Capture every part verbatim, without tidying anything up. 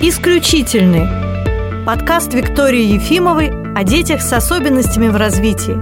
«Исключительный» – подкаст Виктории Ефимовой о детях с особенностями в развитии.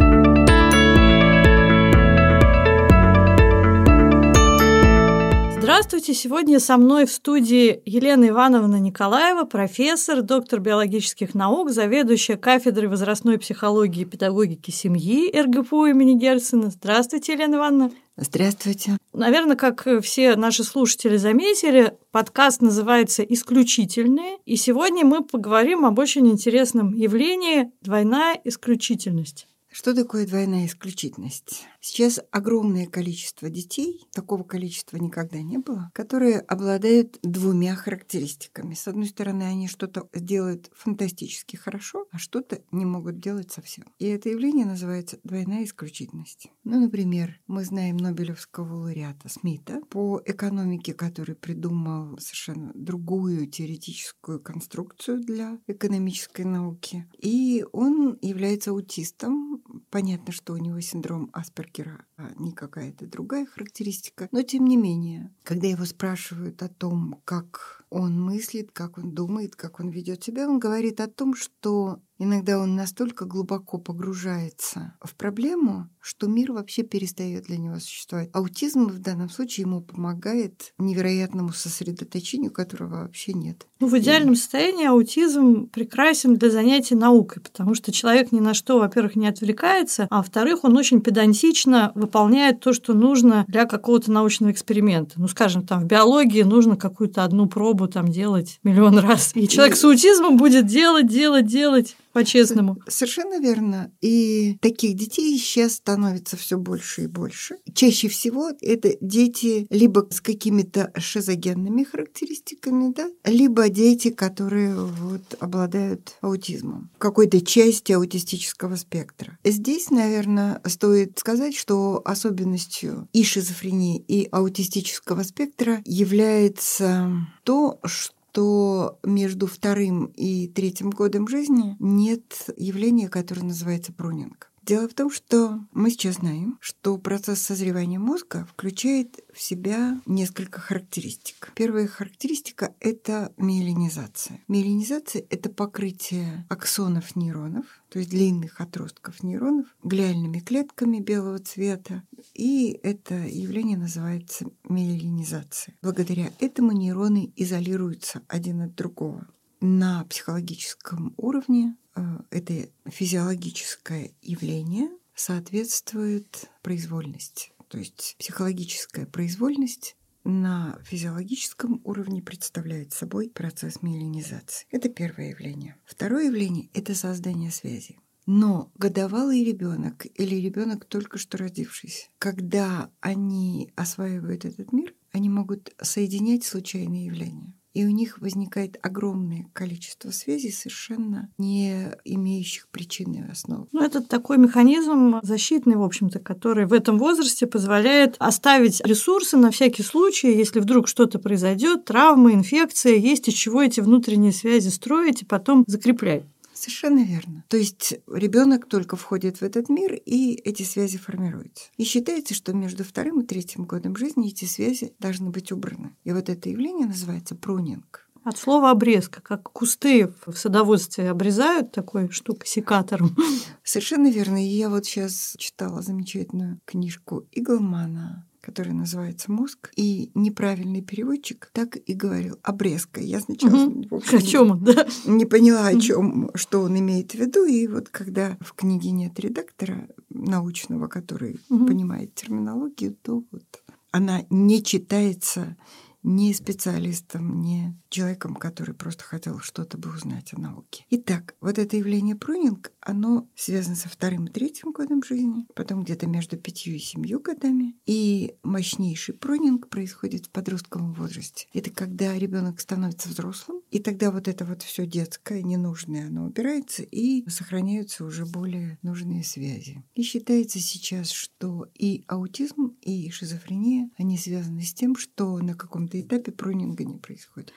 Здравствуйте! Сегодня со мной в студии Елена Ивановна Николаева, профессор, доктор биологических наук, заведующая кафедрой возрастной психологии и педагогики семьи эр гэ пэ у имени Герцена. Здравствуйте, Елена Ивановна! Здравствуйте. Наверное, как все наши слушатели заметили, подкаст называется «Исключительные», и сегодня мы поговорим об очень интересном явлении – двойная исключительность. Что такое двойная исключительность? Сейчас огромное количество детей, такого количества никогда не было, которые обладают двумя характеристиками. С одной стороны, они что-то делают фантастически хорошо, а что-то не могут делать совсем. И это явление называется двойная исключительность. Ну, например, мы знаем нобелевского лауреата Смита по экономике, который придумал совершенно другую теоретическую конструкцию для экономической науки. И он является аутистом. Понятно, что у него синдром Аспергера, а не какая-то другая характеристика. Но, тем не менее, когда его спрашивают о том, как он мыслит, как он думает, как он ведет себя, он говорит о том, что иногда он настолько глубоко погружается в проблему, что мир вообще перестает для него существовать. Аутизм в данном случае ему помогает невероятному сосредоточению, которого вообще нет. Ну, в идеальном состоянии аутизм прекрасен для занятий наукой, потому что человек ни на что, во-первых, не отвлекается, а во-вторых, он очень педантично выполняет то, что нужно для какого-то научного эксперимента. Ну, скажем, там в биологии нужно какую-то одну пробу там делать миллион раз. И человек с аутизмом будет делать, делать, делать. По-честному. Совершенно верно. И таких детей сейчас становится все больше и больше. Чаще всего это дети либо с какими-то шизогенными характеристиками, да, либо дети, которые вот обладают аутизмом, какой-то части аутистического спектра. Здесь, наверное, стоит сказать, что особенностью и шизофрении, и аутистического спектра является то, что то между вторым и третьим годом жизни нет явления, которое называется прунинг. Дело в том, что мы сейчас знаем, что процесс созревания мозга включает в себя несколько характеристик. Первая характеристика – это миелинизация. Миелинизация – это покрытие аксонов нейронов, то есть длинных отростков нейронов, глиальными клетками белого цвета, и это явление называется миелинизация. Благодаря этому нейроны изолируются один от другого. На психологическом уровне это физиологическое явление соответствует произвольности. То есть психологическая произвольность на физиологическом уровне представляет собой процесс миелинизации. Это первое явление. Второе явление – это создание связи. Но годовалый ребенок или ребенок только что родившийся, когда они осваивают этот мир, они могут соединять случайные явления. И у них возникает огромное количество связей, совершенно не имеющих причинной основы. Ну, это такой механизм защитный, в общем-то, который в этом возрасте позволяет оставить ресурсы на всякий случай, если вдруг что-то произойдет, травма, инфекция, есть из чего эти внутренние связи строить и потом закреплять. Совершенно верно. То есть ребенок только входит в этот мир, и эти связи формируются. И считается, что между вторым и третьим годом жизни эти связи должны быть убраны. И вот это явление называется прунинг. От слова обрезка, как кусты в садоводстве обрезают такой штукой, секатором. Совершенно верно. И я вот сейчас читала замечательную книжку Иглмана, который называется «Мозг», и неправильный переводчик так и говорил «обрезка». Я сначала угу. в общем, о чем он, да? не поняла, о чем, что он имеет в виду, и вот когда в книге нет редактора научного, который угу. понимает терминологию, то вот она не читается ни специалистом, ни человеком, который просто хотел что-то бы узнать о науке. Итак, вот это явление прунинг, оно связано со вторым и третьим годом жизни, потом где-то между пятью и семью годами. И мощнейший прунинг происходит в подростковом возрасте. Это когда ребенок становится взрослым, и тогда вот это вот все детское, ненужное, оно убирается, и сохраняются уже более нужные связи. И считается сейчас, что и аутизм, и шизофрения, они связаны с тем, что на каком-то этапе прунинга не происходит.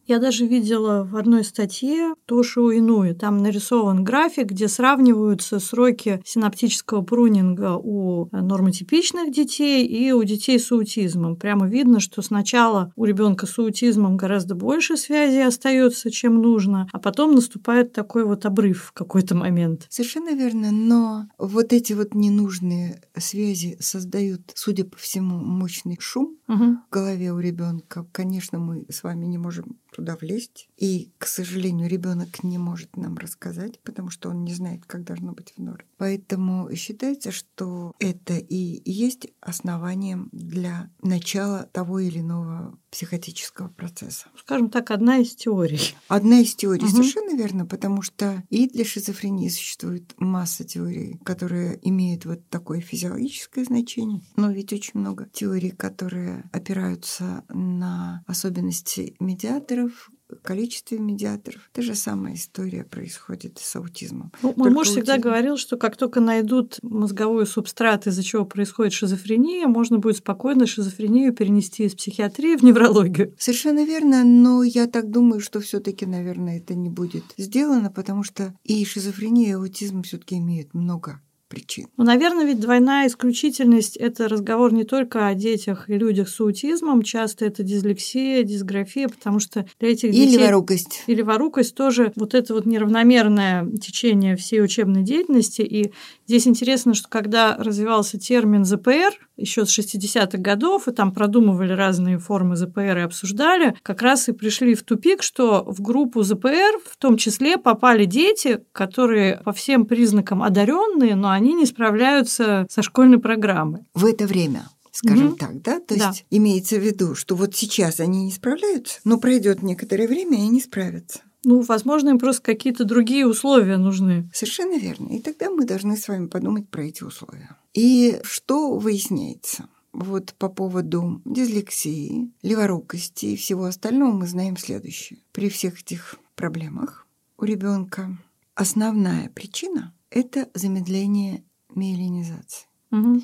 Я даже видела в одной статье Тошио Инуи. Там нарисован график, где сравниваются сроки синаптического прунинга у нормотипичных детей и у детей с аутизмом. Прямо видно, что сначала у ребенка с аутизмом гораздо больше связей остается, чем нужно, а потом наступает такой вот обрыв в какой-то момент. Совершенно верно, но вот эти вот ненужные связи создают, судя по всему, мощный шум угу. в голове у ребенка. Конечно, мы с вами не можем туда влезть. И, к сожалению, ребенок не может нам рассказать, потому что он не знает, как должно быть в норме. Поэтому считается, что это и есть основанием для начала того или иного психотического процесса. Скажем так, одна из теорий. Одна из теорий, угу. совершенно верно, потому что и для шизофрении существует масса теорий, которые имеют вот такое физиологическое значение, но ведь очень много теорий, которые опираются на особенности медиаторов, количестве медиаторов. Та же самая история происходит с аутизмом. Ну, мой муж аутизм... всегда говорил, что как только найдут мозговой субстрат, из-за чего происходит шизофрения, можно будет спокойно шизофрению перенести из психиатрии в неврологию. Совершенно верно, но я так думаю, что все-таки, наверное, это не будет сделано, потому что и шизофрения, и аутизм все-таки имеют много причин. Ну, наверное, ведь двойная исключительность – это разговор не только о детях и людях с аутизмом, часто это дислексия, дисграфия, потому что для этих детей… И леворукость. И леворукость тоже вот это вот неравномерное течение всей учебной деятельности. И здесь интересно, что когда развивался термин зэ пэ эр еще с шестидесятых годов, и там продумывали разные формы зэ пэ эр и обсуждали, как раз и пришли в тупик, что в группу зэ пэ эр в том числе попали дети, которые по всем признакам одаренные, но они не справляются со школьной программой. В это время, скажем mm-hmm. так, да? То да. есть имеется в виду, что вот сейчас они не справляются, но пройдет некоторое время, и они справятся. Ну, возможно, им просто какие-то другие условия нужны. Совершенно верно. И тогда мы должны с вами подумать про эти условия. И что выясняется? Вот по поводу дислексии, леворукости и всего остального мы знаем следующее. При всех этих проблемах у ребенка основная причина – это замедление миелинизации. Угу.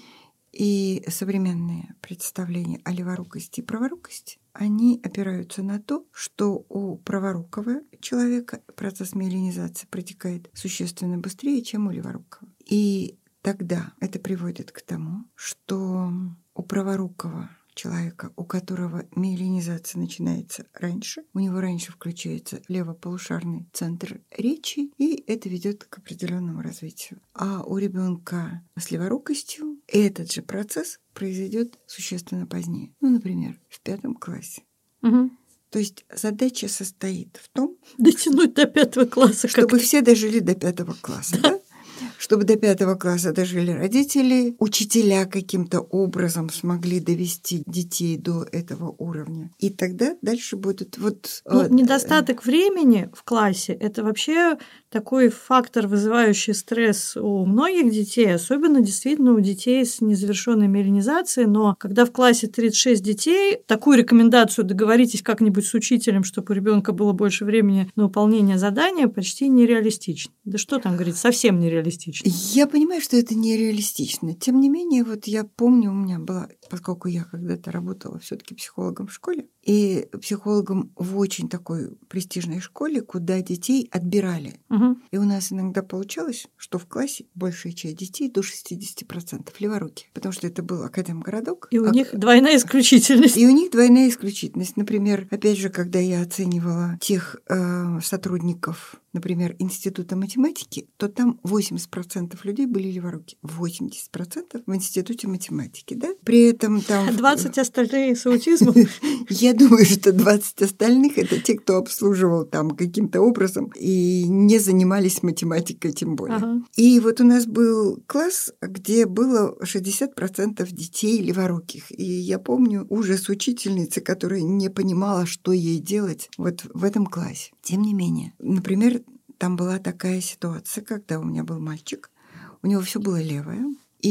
И современные представления о леворукости и праворукости, они опираются на то, что у праворукого человека процесс миелинизации протекает существенно быстрее, чем у леворукого. И тогда это приводит к тому, что у праворукого человека, у которого миелинизация начинается раньше, у него раньше включается левополушарный центр речи, и это ведет к определенному развитию. А у ребенка с леворукостью этот же процесс произойдет существенно позднее. Ну, например, в пятом классе. Угу. То есть задача состоит в том, дотянуть до пятого класса, чтобы как-то. все дожили до пятого класса, да? Чтобы до пятого класса дожили родители, учителя каким-то образом смогли довести детей до этого уровня. И тогда дальше будут вот… Ну, недостаток времени в классе – это вообще такой фактор, вызывающий стресс у многих детей, особенно действительно у детей с незавершенной миелинизацией. Но когда в классе тридцать шесть детей, такую рекомендацию договоритесь как-нибудь с учителем, чтобы у ребенка было больше времени на выполнение задания, почти нереалистично. Да что там говорить, совсем нереалистично. Я понимаю, что это нереалистично. Тем не менее, вот я помню, у меня была, поскольку я когда-то работала все-таки психологом в школе, и психологом в очень такой престижной школе, куда детей отбирали. Угу. И у нас иногда получалось, что в классе большая часть детей до шестьдесят процентов леворуки, потому что это был академгородок. И у а... них двойная исключительность. И у них двойная исключительность. Например, опять же, когда я оценивала тех э, сотрудников, например, Института математики, то там восемьдесят процентов людей были леворуки. восемьдесят процентов в Институте математики, да? При этом там… двадцать остальные с аутизмом. Я думаю, что двадцать остальных – это те, кто обслуживал там каким-то образом и не занимались математикой тем более. Ага. И вот у нас был класс, где было шестьдесят процентов детей леворуких. И я помню ужас учительницы, которая не понимала, что ей делать вот в этом классе. Тем не менее, например, там была такая ситуация, когда у меня был мальчик, у него все было левое,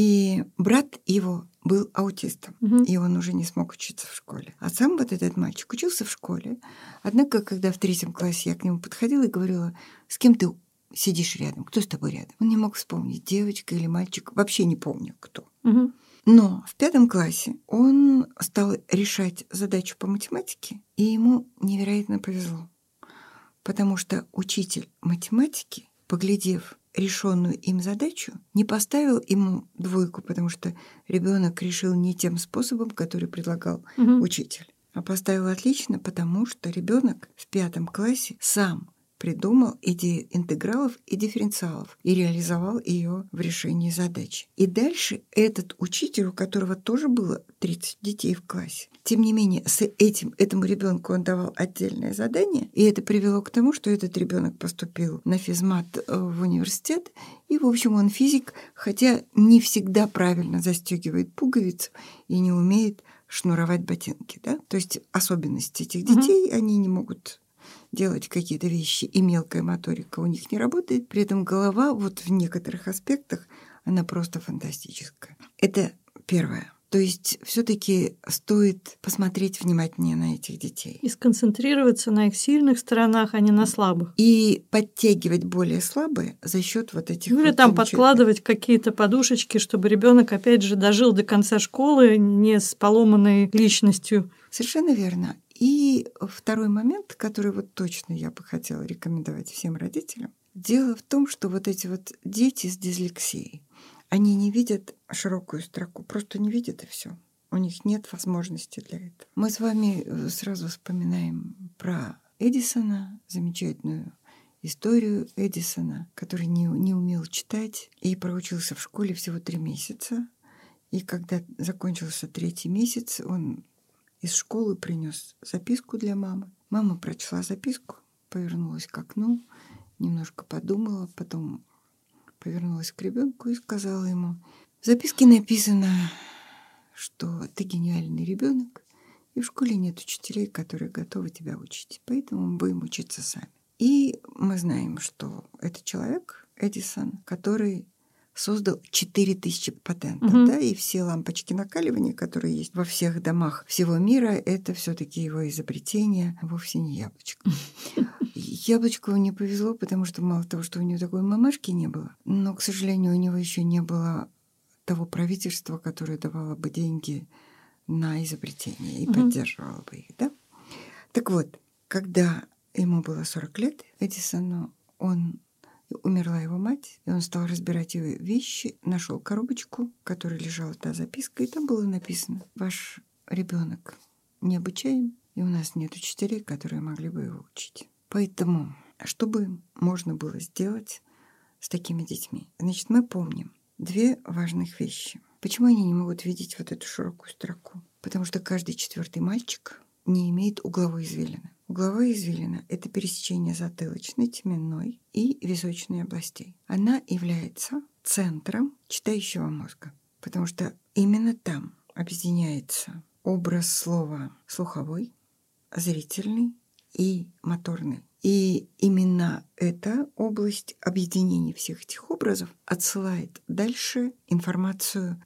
и брат его был аутистом, угу. и он уже не смог учиться в школе. А сам вот этот мальчик учился в школе. Однако, когда в третьем классе я к нему подходила и говорила, с кем ты сидишь рядом, кто с тобой рядом? Он не мог вспомнить, девочка или мальчик, вообще не помню, кто. Угу. Но в пятом классе он стал решать задачу по математике, и ему невероятно повезло. Потому что учитель математики, поглядев решенную им задачу, не поставил ему двойку, потому что ребенок решил не тем способом, который предлагал угу. учитель, а поставил отлично, потому что ребенок в пятом классе сам придумал идею интегралов и дифференциалов и реализовал ее в решении задачи. И дальше этот учитель, у которого тоже было тридцать детей в классе, тем не менее, с этим, этому ребенку он давал отдельное задание, и это привело к тому, что этот ребенок поступил на физмат в университет, и, в общем, он физик, хотя не всегда правильно застегивает пуговицу и не умеет шнуровать ботинки. Да? То есть особенности этих детей, mm-hmm. они не могут делать какие-то вещи, и мелкая моторика у них не работает. При этом голова вот в некоторых аспектах, она просто фантастическая. Это первое. То есть все-таки стоит посмотреть внимательнее на этих детей. И сконцентрироваться на их сильных сторонах, а не на слабых. И подтягивать более слабые за счет вот этих... Ну или вот там подкладывать какие-то подушечки, чтобы ребенок опять же дожил до конца школы не с поломанной личностью. Совершенно верно. И второй момент, который вот точно я бы хотела рекомендовать всем родителям. Дело в том, что вот эти вот дети с дислексией, они не видят широкую строку, просто не видят и все. У них нет возможности для этого. Мы с вами сразу вспоминаем про Эдисона, замечательную историю Эдисона, который не, не умел читать и проучился в школе всего три месяца. И когда закончился третий месяц, он из школы принес записку для мамы. Мама прочла записку, повернулась к окну, немножко подумала, потом повернулась к ребенку и сказала ему: в записке написано, что ты гениальный ребенок, и в школе нет учителей, которые готовы тебя учить, поэтому мы будем учиться сами. И мы знаем, что это человек, Эдисон, который создал четыре тысячи патентов, угу. да, и все лампочки накаливания, которые есть во всех домах всего мира, это все-таки его изобретение, вовсе не яблочко. Яблочкову не повезло, потому что мало того, что у него такой мамашки не было, но, к сожалению, у него еще не было того правительства, которое давало бы деньги на изобретение и угу. поддерживало бы их, да. Так вот, когда ему было сорок лет, Эдисону, он умерла его мать, и он стал разбирать ее вещи, нашел коробочку, в которой лежала та записка, и там было написано: ваш ребенок необучаем, и у нас нет учителей, которые могли бы его учить. Поэтому, что бы можно было сделать с такими детьми? Значит, мы помним две важных вещи. Почему они не могут видеть вот эту широкую строку? Потому что каждый четвертый мальчик не имеет угловой извилины. Угловая извилина – это пересечение затылочной, теменной и височной областей. Она является центром читающего мозга, потому что именно там объединяется образ слова слуховой, зрительный и моторный. И именно эта область объединения всех этих образов отсылает дальше информацию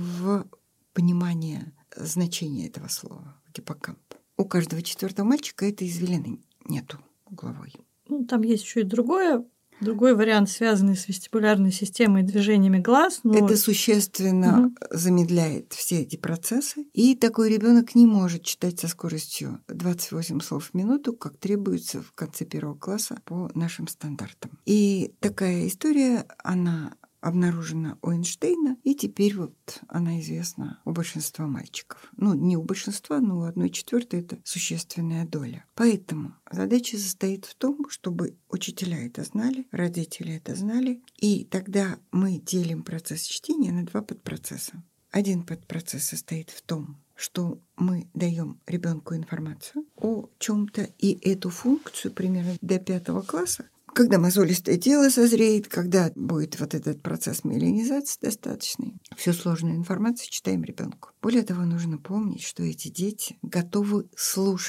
в понимание значения этого слова, в гиппокамп. У каждого четвертого мальчика этой извилины нету угловой. Ну, там есть еще и другое, другой вариант, связанный с вестибулярной системой и движениями глаз. Но... Это существенно угу. замедляет все эти процессы. И такой ребенок не может читать со скоростью двадцать восемь слов в минуту, как требуется в конце первого класса по нашим стандартам. И такая история, она обнаружена у Эйнштейна, и теперь вот она известна у большинства мальчиков. Ну, не у большинства, но у одной четвертой это существенная доля. Поэтому задача состоит в том, чтобы учителя это знали, родители это знали, и тогда мы делим процесс чтения на два подпроцесса. Один подпроцесс состоит в том, что мы даем ребенку информацию о чем-то, и эту функцию примерно до пятого класса, когда мозолистое тело созреет, когда будет вот этот процесс миелинизации достаточный, всю сложную информацию читаем ребенку. Более того, нужно помнить, что эти дети готовы слушать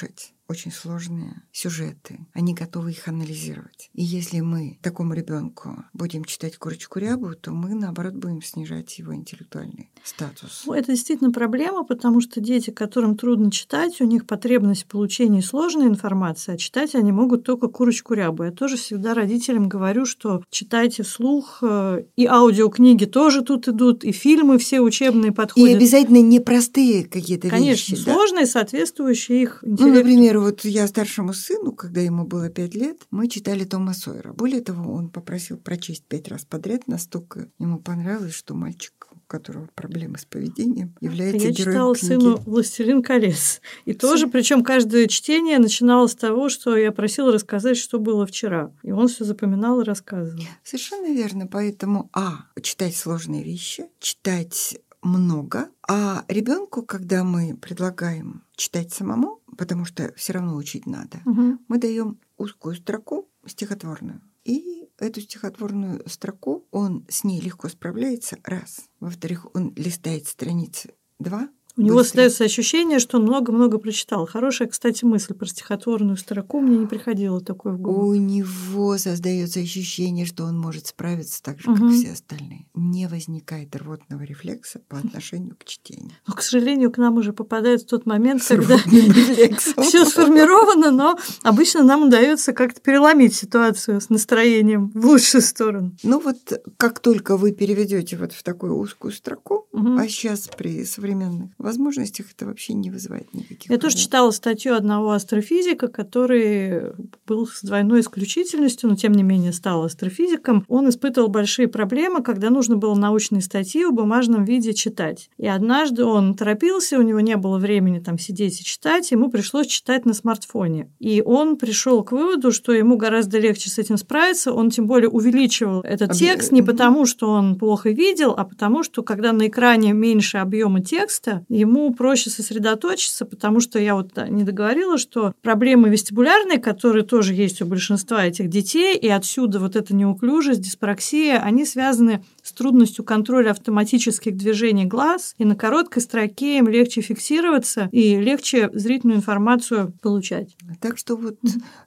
очень сложные сюжеты. Они готовы их анализировать. И если мы такому ребенку будем читать «Курочку Рябу», то мы, наоборот, будем снижать его интеллектуальный статус. Ну, это действительно проблема, потому что дети, которым трудно читать, у них потребность в получении сложной информации, а читать они могут только «Курочку Рябу». Я тоже всегда родителям говорю, что читайте вслух, и аудиокниги тоже тут идут, и фильмы все учебные подходят. И обязательно непростые какие-то Конечно, вещи. сложные, да? соответствующие их интеллекту. Ну, например, вот я старшему сыну, когда ему было пять лет, мы читали Тома Сойера. Более того, он попросил прочесть пять раз подряд, настолько ему понравилось, что мальчик, у которого проблемы с поведением, является я героем книги. Я читала сыну «Властелин колец». И Все. тоже, причем каждое чтение начиналось с того, что я просила рассказать, что было вчера. И он все запоминал и рассказывал. Совершенно верно. Поэтому, а, читать сложные вещи, читать много, а ребенку, когда мы предлагаем читать самому, потому что все равно учить надо, угу. мы даем узкую строку стихотворную. И эту стихотворную строку он с ней легко справляется, раз. Во-вторых, он листает страницы, два. У него остается ощущение, что он много-много прочитал. Хорошая, кстати, мысль про стихотворную строку. Мне не приходило такое в голову. У него создается ощущение, что он может справиться так же, угу. как все остальные. Не возникает рвотного рефлекса по отношению к чтению. Но, к сожалению, к нам уже попадает тот момент, с когда все сформировано, но обычно нам удается как-то переломить ситуацию с настроением в лучшую сторону. Ну вот, как только вы переведете вот в такую узкую строку, угу. а сейчас при современных возможностях это вообще не вызывает никаких Я проблем. тоже читала статью одного астрофизика, который был с двойной исключительностью, но тем не менее стал астрофизиком. Он испытывал большие проблемы, когда нужно было научные статьи в бумажном виде читать. И однажды он торопился, у него не было времени там сидеть и читать, ему пришлось читать на смартфоне. И он пришел к выводу, что ему гораздо легче с этим справиться, он тем более увеличивал этот Объ... текст не потому, что он плохо видел, а потому, что когда на экране меньше объема текста, ему проще сосредоточиться, потому что я вот не договорила, что проблемы вестибулярные, которые тоже есть у большинства этих детей, и отсюда вот эта неуклюжесть, диспраксия, они связаны с трудностью контроля автоматических движений глаз, и на короткой строке им легче фиксироваться и легче зрительную информацию получать. Так что вот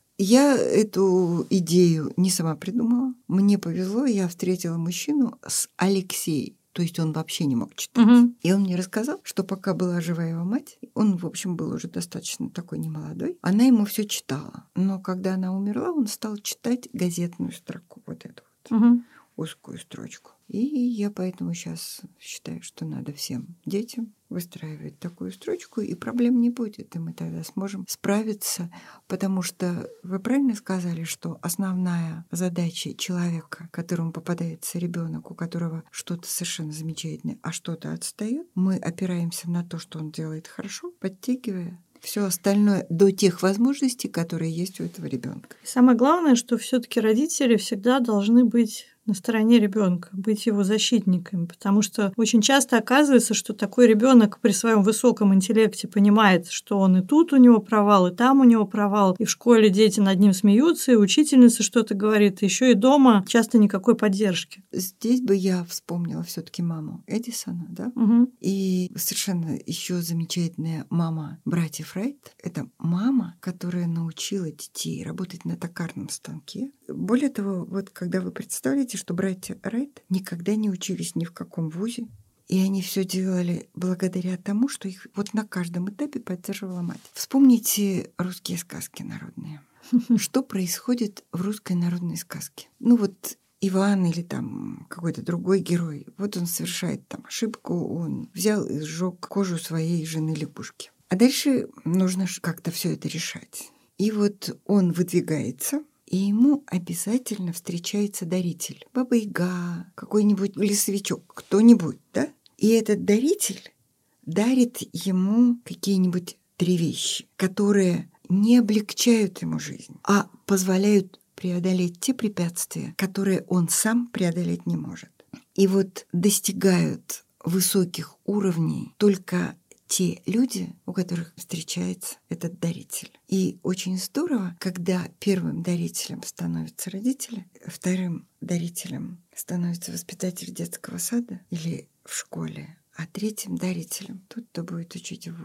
я эту идею не сама придумала. Мне повезло, я встретила мужчину с Алексеем. То есть он вообще не мог читать. Угу. И он мне рассказал, что пока была жива его мать, он, в общем, был уже достаточно такой немолодой, она ему все читала. Но когда она умерла, он стал читать газетную строку, вот эту вот угу. узкую строчку. И я поэтому сейчас считаю, что надо всем детям выстраивать такую строчку, и проблем не будет, и мы тогда сможем справиться, потому что вы правильно сказали, что основная задача человека, к которому попадается ребенок, у которого что-то совершенно замечательное, а что-то отстает, мы опираемся на то, что он делает хорошо, подтягивая все остальное до тех возможностей, которые есть у этого ребенка. Самое главное, что все-таки родители всегда должны быть на стороне ребенка, быть его защитниками, потому что очень часто оказывается, что такой ребенок при своем высоком интеллекте понимает, что он и тут у него провал, и там у него провал, и в школе дети над ним смеются, и учительница что-то говорит, еще и дома часто никакой поддержки. Здесь бы я вспомнила все-таки маму Эдисона, да, угу. и совершенно еще замечательная мама братьев Райт. Это мама, которая научила детей работать на токарном станке. Более того, вот когда вы представляете, что братья Райт никогда не учились ни в каком вузе, и они все делали благодаря тому, что их вот на каждом этапе поддерживала мать. Вспомните русские сказки народные. Что происходит в русской народной сказке? Ну вот Иван или там какой-то другой герой, вот он совершает там ошибку, он взял и сжег кожу своей жены лягушки. А дальше нужно как-то все это решать. И вот он выдвигается, и ему обязательно встречается даритель. Баба-Яга, какой-нибудь лесовичок, кто-нибудь, да? И этот даритель дарит ему какие-нибудь три вещи, которые не облегчают ему жизнь, а позволяют преодолеть те препятствия, которые он сам преодолеть не может. И вот достигают высоких уровней только те люди, у которых встречается этот даритель. И очень здорово, когда первым дарителем становятся родители, вторым дарителем становится воспитатель детского сада или в школе, а третьим дарителем тот, кто будет учить в вузе.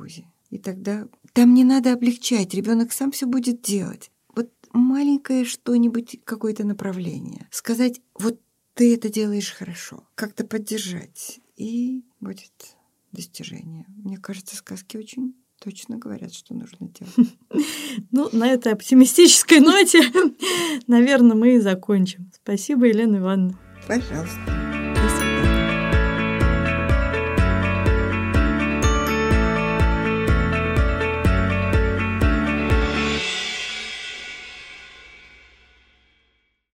И тогда там не надо облегчать, ребенок сам все будет делать. Вот маленькое что-нибудь, какое-то направление. Сказать, вот ты это делаешь хорошо, как-то поддержать, и будет достижение. Мне кажется, сказки очень точно говорят, что нужно делать. Ну, на этой оптимистической ноте, наверное, мы и закончим. Спасибо, Елена Ивановна. Пожалуйста. До свидания.